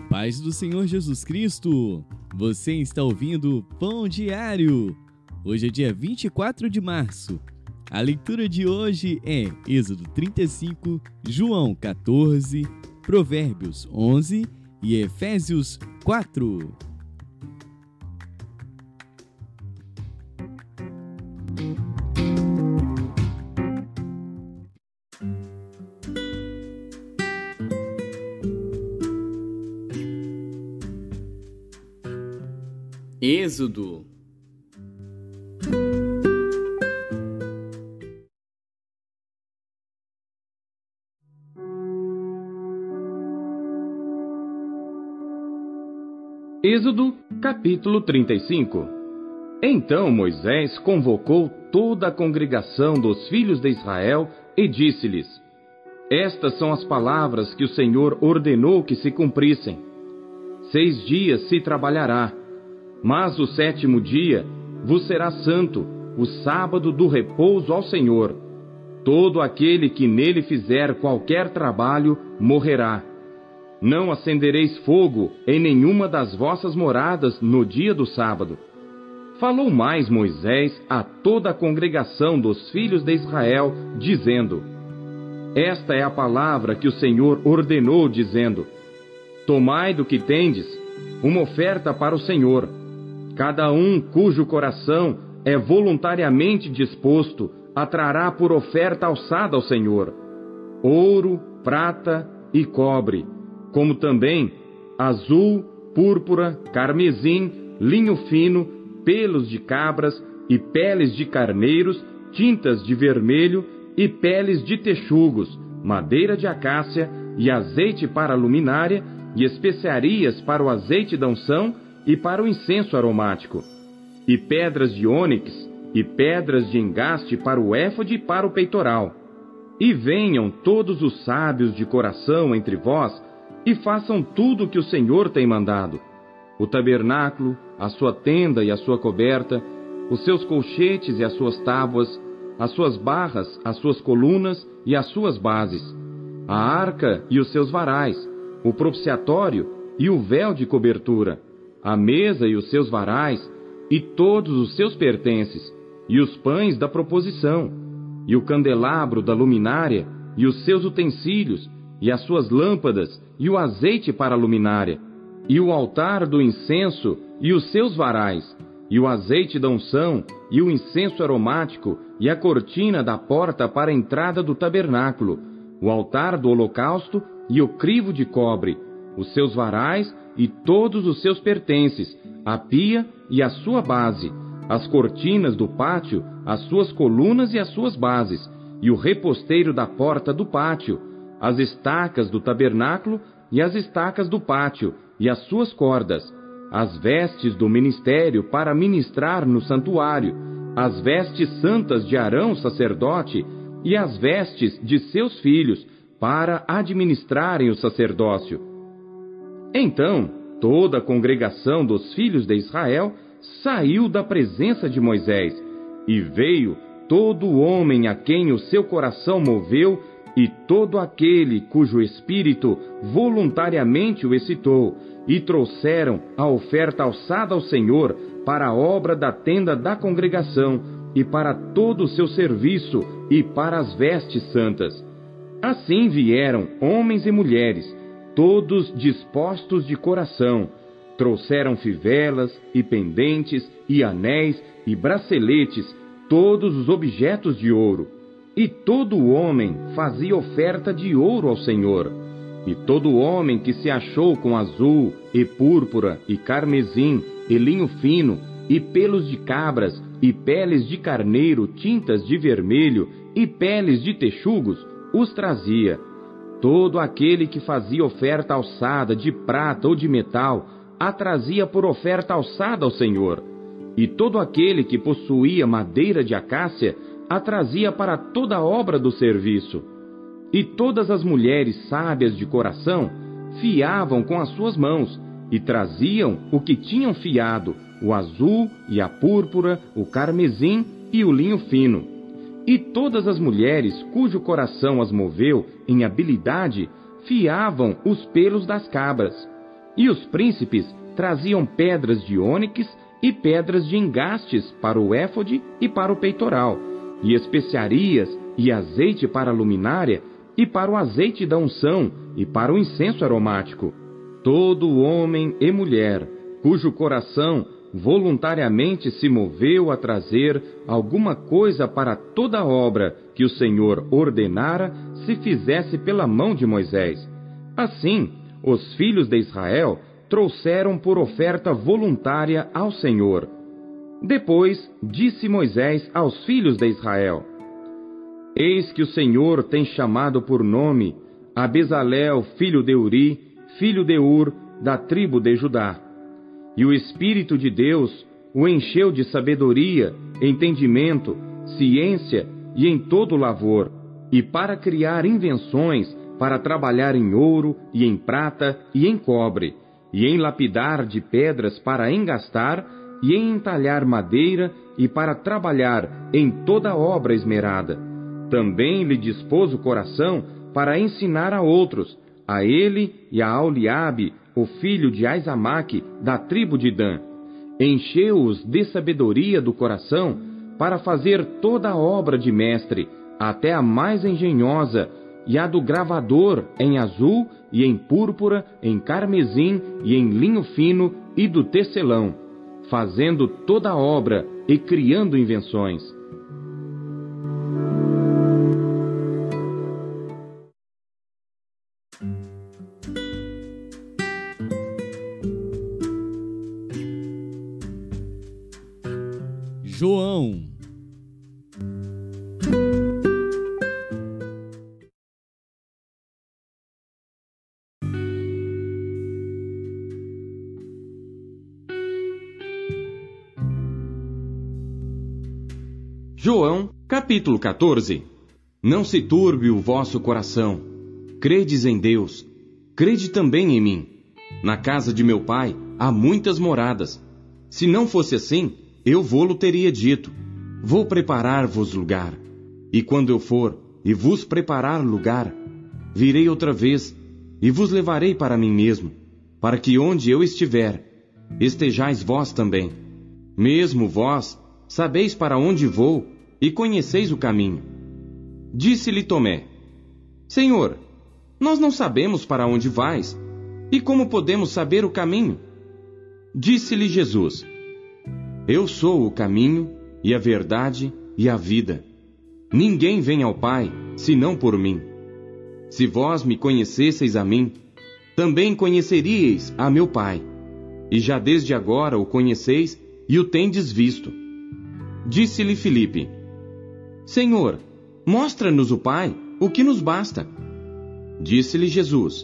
Paz do Senhor Jesus Cristo, você está ouvindo Pão Diário. Hoje é dia 24 de março. A leitura de hoje é Êxodo 35, João 14, Provérbios 11 e Efésios 4. Êxodo. Êxodo, capítulo 35. Então Moisés convocou toda a congregação dos filhos de Israel e disse-lhes: Estas são as palavras que o Senhor ordenou que se cumprissem. 6 dias se trabalhará, mas o 7º dia vos será santo, o sábado do repouso ao Senhor. Todo aquele que nele fizer qualquer trabalho morrerá. Não acendereis fogo em nenhuma das vossas moradas no dia do sábado. Falou mais Moisés a toda a congregação dos filhos de Israel, dizendo: Esta é a palavra que o Senhor ordenou, dizendo: Tomai do que tendes uma oferta para o Senhor. Cada um cujo coração é voluntariamente disposto a trará por oferta alçada ao Senhor ouro, prata e cobre, como também azul, púrpura, carmesim, linho fino, pelos de cabras e peles de carneiros, tintas de vermelho e peles de texugos, madeira de acácia e azeite para a luminária e especiarias para o azeite da unção e para o incenso aromático, e pedras de ônix e pedras de engaste para o éfode e para o peitoral. E venham todos os sábios de coração entre vós e façam tudo o que o Senhor tem mandado: o tabernáculo, a sua tenda e a sua coberta, os seus colchetes e as suas tábuas, as suas barras, as suas colunas e as suas bases, a arca e os seus varais, o propiciatório e o véu de cobertura, a mesa e os seus varais, e todos os seus pertences, e os pães da proposição, e o candelabro da luminária, e os seus utensílios, e as suas lâmpadas, e o azeite para a luminária, e o altar do incenso, e os seus varais, e o azeite da unção, e o incenso aromático, e a cortina da porta para a entrada do tabernáculo, o altar do holocausto, e o crivo de cobre, os seus varais e todos os seus pertences, a pia e a sua base, as cortinas do pátio, as suas colunas e as suas bases, e o reposteiro da porta do pátio, as estacas do tabernáculo e as estacas do pátio, e as suas cordas, as vestes do ministério para ministrar no santuário, as vestes santas de Arão, sacerdote, e as vestes de seus filhos, para administrarem o sacerdócio. Então, toda a congregação dos filhos de Israel saiu da presença de Moisés, e veio todo homem a quem o seu coração moveu, e todo aquele cujo espírito voluntariamente o excitou, e trouxeram a oferta alçada ao Senhor para a obra da tenda da congregação, e para todo o seu serviço, e para as vestes santas. Assim vieram homens e mulheres, todos dispostos de coração, trouxeram fivelas e pendentes e anéis e braceletes, todos os objetos de ouro. E todo homem fazia oferta de ouro ao Senhor. E todo homem que se achou com azul e púrpura e carmesim e linho fino e pelos de cabras e peles de carneiro, tintas de vermelho e peles de texugos, os trazia. Todo aquele que fazia oferta alçada de prata ou de metal, a trazia por oferta alçada ao Senhor. E todo aquele que possuía madeira de acácia, a trazia para toda a obra do serviço. E todas as mulheres sábias de coração fiavam com as suas mãos, e traziam o que tinham fiado, o azul e a púrpura, o carmesim e o linho fino. E todas as mulheres cujo coração as moveu em habilidade fiavam os pelos das cabras. e os príncipes traziam pedras de ônix e pedras de engastes para o éfode e para o peitoral, e especiarias e azeite para a luminária, e para o azeite da unção, e para o incenso aromático. Todo homem e mulher, cujo coração voluntariamente se moveu a trazer alguma coisa para toda a obra que o Senhor ordenara, se fizesse pela mão de Moisés. Assim, os filhos de Israel trouxeram por oferta voluntária ao Senhor. Depois disse Moisés aos filhos de Israel: Eis que o Senhor tem chamado por nome a Bezalel, filho de Uri, filho de Ur, da tribo de Judá. E o Espírito de Deus o encheu de sabedoria, entendimento, ciência e em todo lavor, e para criar invenções, para trabalhar em ouro e em prata e em cobre, e em lapidar de pedras para engastar, e em entalhar madeira, e para trabalhar em toda obra esmerada. Também lhe dispôs o coração para ensinar a outros, a ele e a Aholiabe, o filho de Aizamaque, da tribo de Dan. Encheu-os de sabedoria do coração para fazer toda a obra de mestre, até a mais engenhosa, e a do gravador em azul e em púrpura, em carmesim e em linho fino, e do tecelão, fazendo toda a obra e criando invenções. João. João, capítulo 14. Não se turbe o vosso coração. Credes em Deus, crede também em mim. Na casa de meu pai há muitas moradas. Se não fosse assim, eu vô-lo teria dito: vou preparar-vos lugar. E quando eu for e vos preparar lugar, virei outra vez e vos levarei para mim mesmo, para que onde eu estiver, estejais vós também. Mesmo vós sabeis para onde vou e conheceis o caminho. Disse-lhe Tomé: Senhor, nós não sabemos para onde vais, e como podemos saber o caminho? Disse-lhe Jesus: Eu sou o caminho, e a verdade, e a vida. Ninguém vem ao Pai, senão por mim. Se vós me conhecesseis a mim, também conheceríeis a meu Pai. E já desde agora o conheceis, e o tendes visto. Disse-lhe Filipe: Senhor, mostra-nos o Pai, o que nos basta. Disse-lhe Jesus: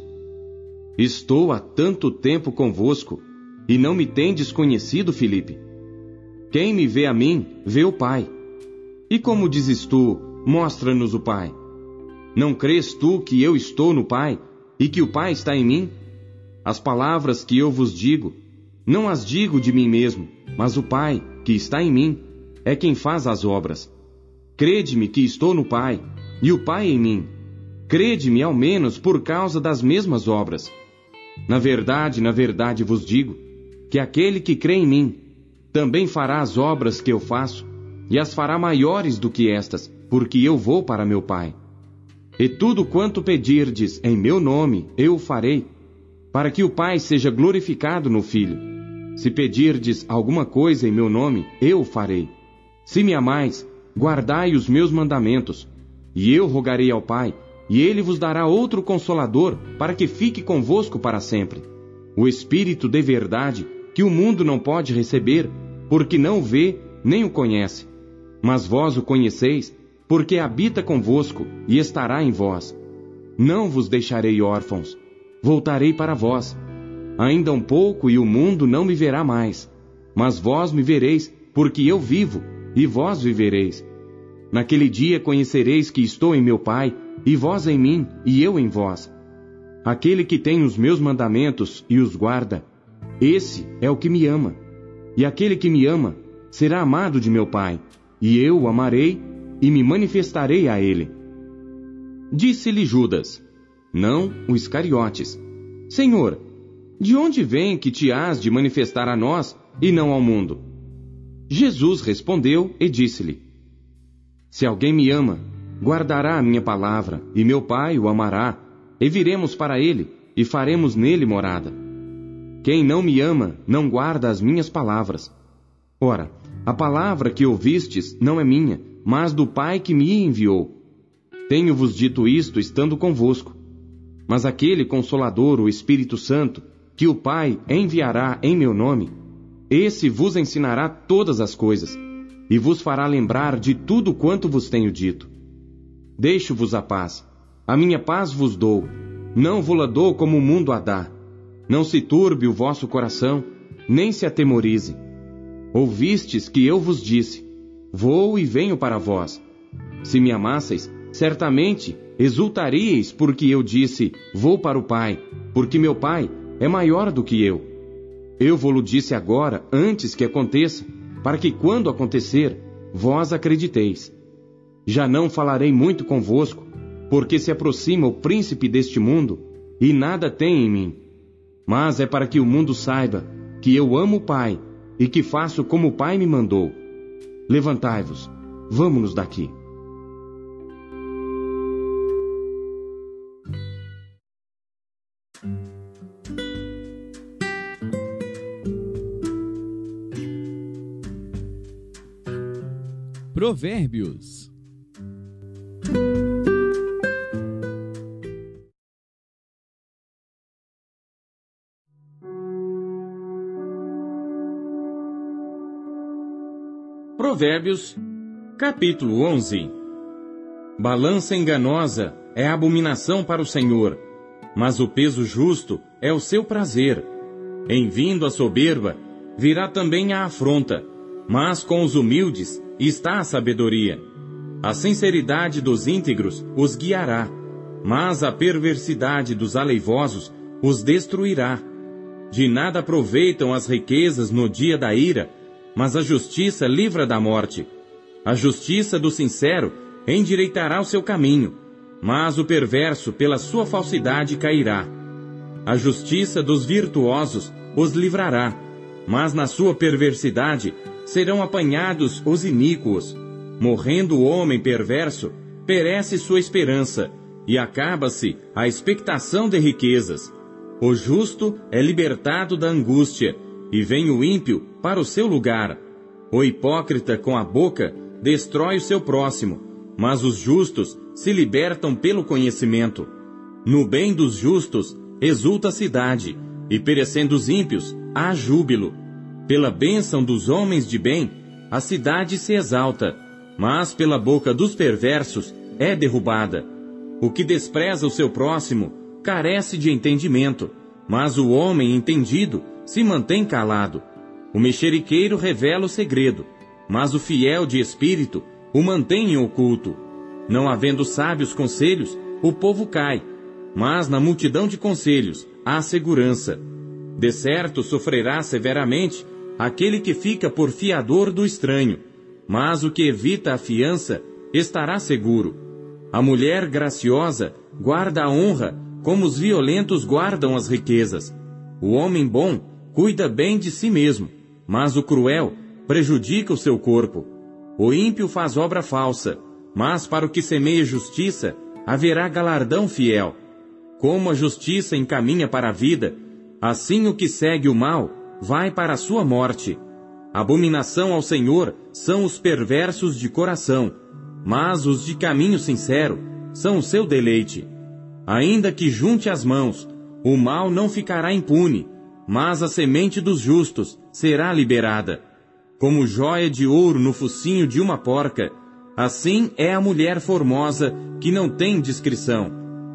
Estou há tanto tempo convosco, e não me tendes conhecido, Filipe? Quem me vê a mim, vê o Pai. E como dizes tu, mostra-nos o Pai? Não crês tu que eu estou no Pai, e que o Pai está em mim? As palavras que eu vos digo, não as digo de mim mesmo, mas o Pai, que está em mim, é quem faz as obras. Crede-me que estou no Pai, e o Pai em mim. Crede-me ao menos por causa das mesmas obras. Na verdade vos digo, que aquele que crê em mim, também fará as obras que eu faço, e as fará maiores do que estas, porque eu vou para meu Pai. E tudo quanto pedirdes em meu nome, eu o farei, para que o Pai seja glorificado no Filho. Se pedirdes alguma coisa em meu nome, eu o farei. Se me amais, guardai os meus mandamentos, e eu rogarei ao Pai, e ele vos dará outro Consolador, para que fique convosco para sempre. O Espírito de verdade, que o mundo não pode receber, porque não o vê, nem o conhece. Mas vós o conheceis, porque habita convosco e estará em vós. Não vos deixarei órfãos, voltarei para vós. Ainda um pouco e o mundo não me verá mais, mas vós me vereis, porque eu vivo, e vós vivereis. Naquele dia conhecereis que estou em meu Pai, e vós em mim, e eu em vós. Aquele que tem os meus mandamentos e os guarda, esse é o que me ama. E aquele que me ama será amado de meu Pai, e eu o amarei e me manifestarei a ele. Disse-lhe Judas, não o Iscariotes: Senhor, De onde vem que te hás de manifestar a nós e não ao mundo? Jesus respondeu e disse-lhe: Se alguém me ama, guardará a minha palavra, e meu Pai o amará, e viremos para ele, e faremos nele morada. Quem não me ama, não guarda as minhas palavras. Ora, a palavra que ouvistes não é minha, mas do Pai que me enviou. Tenho-vos dito isto estando convosco. Mas aquele Consolador, o Espírito Santo, que o Pai enviará em meu nome, esse vos ensinará todas as coisas, e vos fará lembrar de tudo quanto vos tenho dito. Deixo-vos a paz, a minha paz vos dou, não vou-la dou como o mundo a dá. Não se turbe o vosso coração, nem se atemorize. Ouvistes que eu vos disse: Vou e venho para vós. Se me amasseis, certamente exultaríeis porque eu disse: Vou para o Pai, porque meu Pai é maior do que eu. Eu vou-lo disse agora, antes que aconteça, para que quando acontecer, vós acrediteis. Já não falarei muito convosco, porque se aproxima o príncipe deste mundo, e nada tem em mim. Mas é para que o mundo saiba que eu amo o Pai, e que faço como o Pai me mandou. Levantai-vos, vamo-nos daqui. Provérbios. Provérbios, capítulo 11. Balança enganosa é abominação para o Senhor, mas o peso justo é o seu prazer. Em vindo a soberba, virá também a afronta, mas com os humildes está a sabedoria. A sinceridade dos íntegros os guiará, mas a perversidade dos aleivosos os destruirá. De nada aproveitam as riquezas no dia da ira, mas a justiça livra da morte. A justiça do sincero endireitará o seu caminho, mas o perverso pela sua falsidade cairá. A justiça dos virtuosos os livrará, mas na sua perversidade serão apanhados os iníquos. Morrendo o homem perverso, perece sua esperança, e acaba-se a expectação de riquezas. O justo é libertado da angústia, e vem o ímpio para o seu lugar. O hipócrita com a boca destrói o seu próximo, mas os justos se libertam pelo conhecimento. No bem dos justos exulta a cidade, e perecendo os ímpios, há júbilo. Pela bênção dos homens de bem, a cidade se exalta, mas pela boca dos perversos é derrubada. O que despreza o seu próximo carece de entendimento, mas o homem entendido se mantém calado. O mexeriqueiro revela o segredo, mas o fiel de espírito o mantém em oculto. Não havendo sábios conselhos, o povo cai, mas na multidão de conselhos há segurança. De certo sofrerá severamente aquele que fica por fiador do estranho, mas o que evita a fiança estará seguro. A mulher graciosa guarda a honra, como os violentos guardam as riquezas. O homem bom cuida bem de si mesmo, mas o cruel prejudica o seu corpo. O ímpio faz obra falsa, mas para o que semeia justiça haverá galardão fiel. Como a justiça encaminha para a vida, assim o que segue o mal vai para a sua morte. Abominação ao Senhor são os perversos de coração, mas os de caminho sincero são o seu deleite. Ainda que junte as mãos, o mal não ficará impune, mas a semente dos justos será liberada. Como joia de ouro no focinho de uma porca, assim é a mulher formosa que não tem discrição.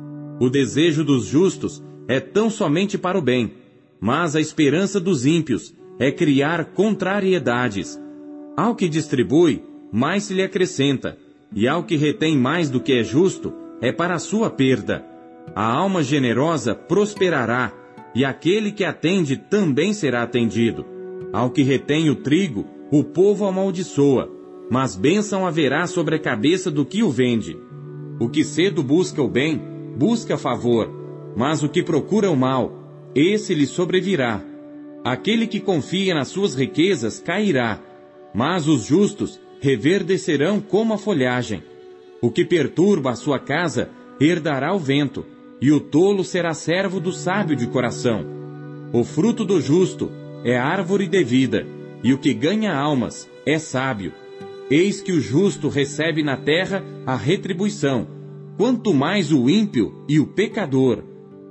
O desejo dos justos é tão somente para o bem, mas a esperança dos ímpios é criar contrariedades. Ao que distribui, mais se lhe acrescenta, e ao que retém mais do que é justo, é para a sua perda. A alma generosa prosperará, e aquele que atende também será atendido. Ao que retém o trigo, o povo amaldiçoa, mas bênção haverá sobre a cabeça do que o vende. O que cedo busca o bem, busca favor, mas o que procura o mal, esse lhe sobrevirá. Aquele que confia nas suas riquezas cairá, mas os justos reverdecerão como a folhagem. O que perturba a sua casa herdará o vento, e o tolo será servo do sábio de coração. O fruto do justo é árvore de vida, e o que ganha almas é sábio. Eis que o justo recebe na terra a retribuição, quanto mais o ímpio e o pecador.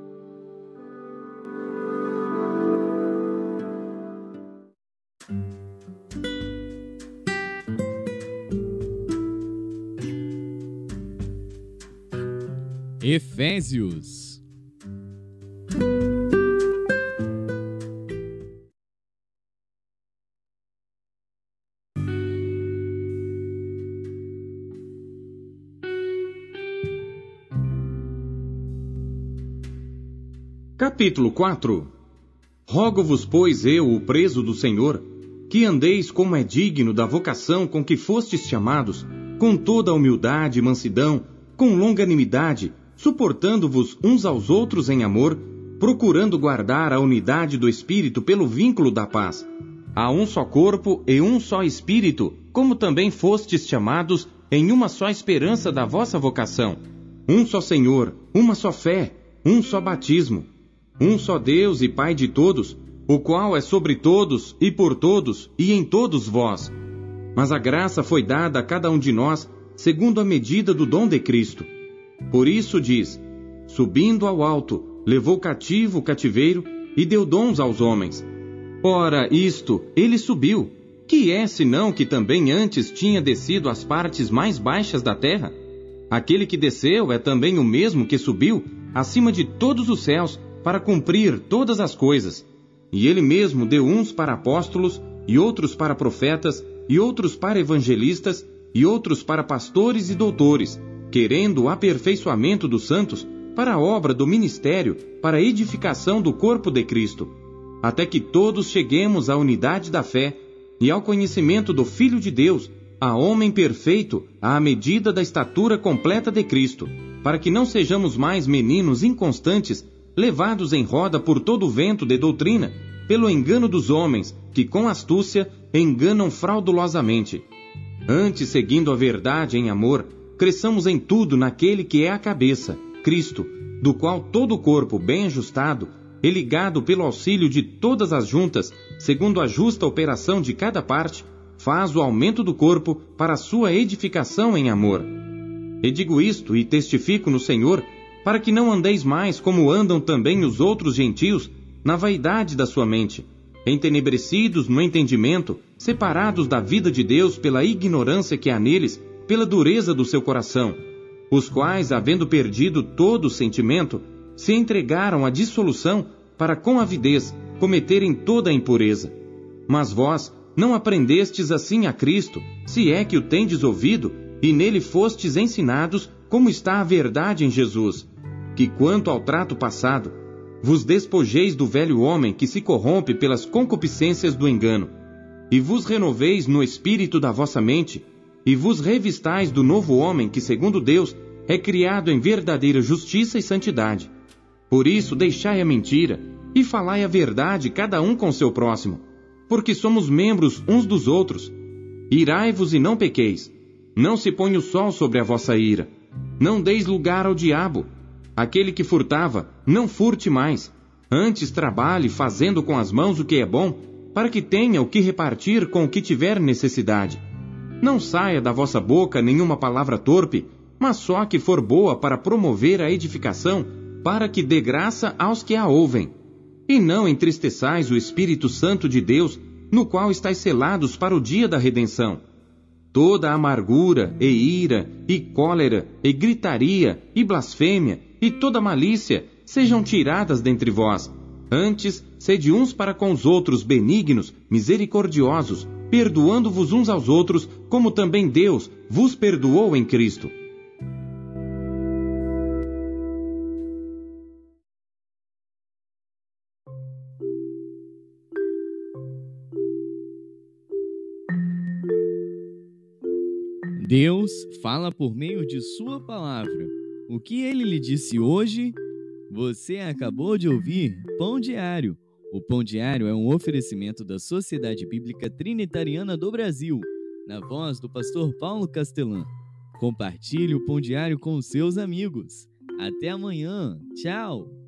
Efésios. Capítulo 4. Rogo-vos, pois, eu, o preso do Senhor, que andeis como é digno da vocação com que fostes chamados, com toda a humildade e mansidão, com longanimidade, suportando-vos uns aos outros em amor, procurando guardar a unidade do Espírito pelo vínculo da paz. Há um só corpo e um só Espírito, como também fostes chamados em uma só esperança da vossa vocação. Um só Senhor, uma só fé, um só batismo. Um só Deus e Pai de todos, o qual é sobre todos e por todos e em todos vós. Mas a graça foi dada a cada um de nós, segundo a medida do dom de Cristo. Por isso diz, subindo ao alto, levou cativo o cativeiro e deu dons aos homens. Ora, isto, ele subiu, que é senão que também antes tinha descido às partes mais baixas da terra? Aquele que desceu é também o mesmo que subiu acima de todos os céus, para cumprir todas as coisas. E ele mesmo deu uns para apóstolos, e outros para profetas, e outros para evangelistas, e outros para pastores e doutores, querendo o aperfeiçoamento dos santos, para a obra do ministério, para a edificação do corpo de Cristo, até que todos cheguemos à unidade da fé, e ao conhecimento do Filho de Deus, a homem perfeito, à medida da estatura completa de Cristo, para que não sejamos mais meninos inconstantes, levados em roda por todo o vento de doutrina, pelo engano dos homens, que com astúcia enganam fraudulosamente. Antes, seguindo a verdade em amor, cresçamos em tudo naquele que é a cabeça, Cristo, do qual todo o corpo bem ajustado e ligado pelo auxílio de todas as juntas, segundo a justa operação de cada parte, faz o aumento do corpo para a sua edificação em amor. E digo isto e testifico no Senhor, para que não andeis mais como andam também os outros gentios, na vaidade da sua mente, entenebrecidos no entendimento, separados da vida de Deus pela ignorância que há neles, pela dureza do seu coração, os quais, havendo perdido todo o sentimento, se entregaram à dissolução para com avidez cometerem toda a impureza. Mas vós não aprendestes assim a Cristo, se é que o tendes ouvido, e nele fostes ensinados, como está a verdade em Jesus, que quanto ao trato passado, vos despojeis do velho homem que se corrompe pelas concupiscências do engano, e vos renoveis no espírito da vossa mente, e vos revistais do novo homem que, segundo Deus, é criado em verdadeira justiça e santidade. Por isso deixai a mentira, e falai a verdade cada um com seu próximo, porque somos membros uns dos outros. Irai-vos e não pequeis. Não se ponha o sol sobre a vossa ira. Não deis lugar ao diabo. Aquele que furtava, não furte mais. Antes trabalhe fazendo com as mãos o que é bom, para que tenha o que repartir com o que tiver necessidade. Não saia da vossa boca nenhuma palavra torpe, mas só a que for boa para promover a edificação, para que dê graça aos que a ouvem. E não entristeçais o Espírito Santo de Deus, no qual estáis selados para o dia da redenção. Toda amargura, e ira, e cólera, e gritaria, e blasfêmia, e toda malícia sejam tiradas dentre vós. Antes, sede uns para com os outros benignos, misericordiosos, perdoando-vos uns aos outros, como também Deus vos perdoou em Cristo. Deus fala por meio de sua palavra. O que ele lhe disse hoje Você acabou de ouvir Pão Diário. O Pão Diário é um oferecimento da Sociedade Bíblica Trinitariana do Brasil, na voz do pastor Paulo Castelã. Compartilhe o Pão Diário com os seus amigos. Até amanhã. Tchau!